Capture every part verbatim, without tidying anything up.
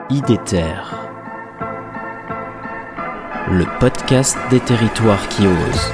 Idéter, le podcast des territoires qui osent.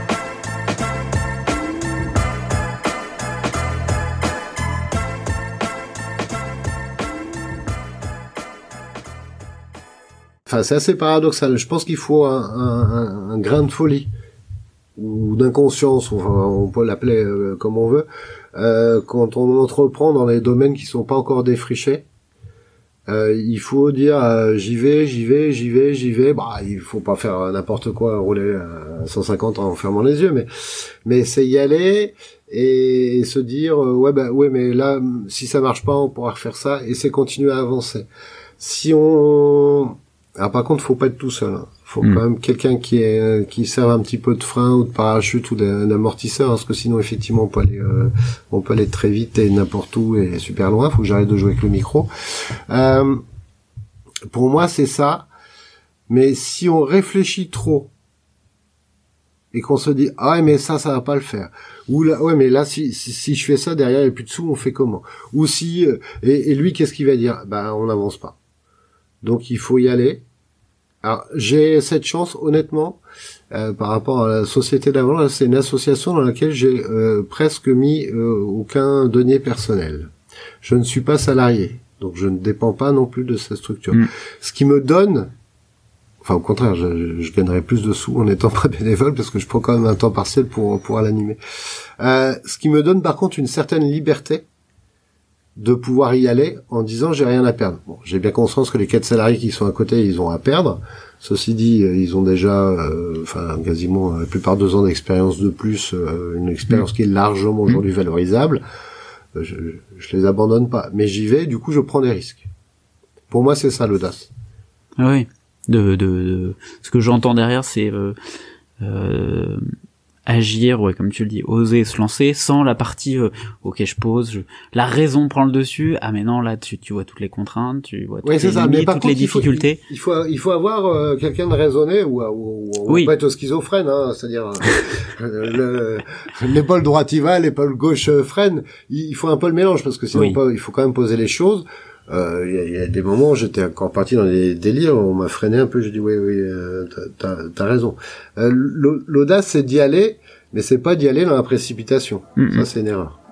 Enfin, c'est assez paradoxal. Je pense qu'il faut un, un, un grain de folie ou d'inconscience, enfin, on peut l'appeler euh, comme on veut, euh, quand on entreprend dans les domaines qui sont pas encore défrichés. Euh, il faut dire euh, j'y vais, j'y vais, j'y vais, j'y vais. Bah, il faut pas faire n'importe quoi, rouler à cent cinquante en fermant les yeux, mais mais c'est y aller et, et se dire euh, ouais bah ouais mais là si ça marche pas, on pourra refaire ça et c'est continuer à avancer. Si on alors par contre, faut pas être tout seul. Hein. Faut mmh. quand même quelqu'un qui est qui serve un petit peu de frein ou de parachute ou d'amortisseur, parce que sinon effectivement on peut aller euh, on peut aller très vite et n'importe où et super loin. Faut que j'arrête de jouer avec le micro. Euh, pour moi, c'est ça. Mais si on réfléchit trop et qu'on se dit ah ouais, mais ça ça va pas le faire, ou là ouais mais là si si, si je fais ça derrière il y a plus de sous, on fait comment, ou si et, et lui qu'est-ce qu'il va dire, bah on n'avance pas. Donc il faut y aller. Alors j'ai cette chance, honnêtement, euh, par rapport à la société d'avant, là, c'est une association dans laquelle j'ai euh, presque mis euh, aucun denier personnel. Je ne suis pas salarié, donc je ne dépends pas non plus de cette structure. Mmh. Ce qui me donne, enfin au contraire, je, je gagnerais plus de sous en étant pas bénévole parce que je prends quand même un temps partiel pour pour l'animer. Euh, ce qui me donne par contre une certaine liberté de pouvoir y aller en disant j'ai rien à perdre. Bon, j'ai bien conscience que les quatre salariés qui sont à côté, ils ont à perdre. Ceci dit, ils ont déjà, euh, enfin quasiment la plupart deux ans d'expérience de plus, euh, une expérience mmh. qui est largement aujourd'hui valorisable. Euh, je, je les abandonne pas, mais j'y vais. Du coup, je prends des risques. Pour moi, c'est ça l'audace. Oui. De, de, de... ce que j'entends derrière, c'est euh, euh... agir, ouais, comme tu le dis, oser se lancer sans la partie euh, ok je pose, je... la raison prend le dessus. Ah mais non, là tu, tu vois toutes les contraintes, tu vois toutes ouais, les ça. limites, mais par toutes contre, les difficultés. Il faut, il faut, il faut avoir euh, quelqu'un de raisonné ou, ou, ou oui. on peut être schizophrène, hein, c'est-à-dire euh, le, l'épaule droite y va, l'épaule gauche freine. Il faut un peu le mélange parce que sinon oui. peut, il faut quand même poser les choses. Il euh, y, y a des moments où j'étais encore parti dans des délires, on m'a freiné un peu, j'ai dit oui, oui, euh, t'as, t'as, t'as raison. Euh, l'audace, c'est d'y aller. Mais c'est pas d'y aller dans la précipitation. Mmh. Ça, c'est une erreur.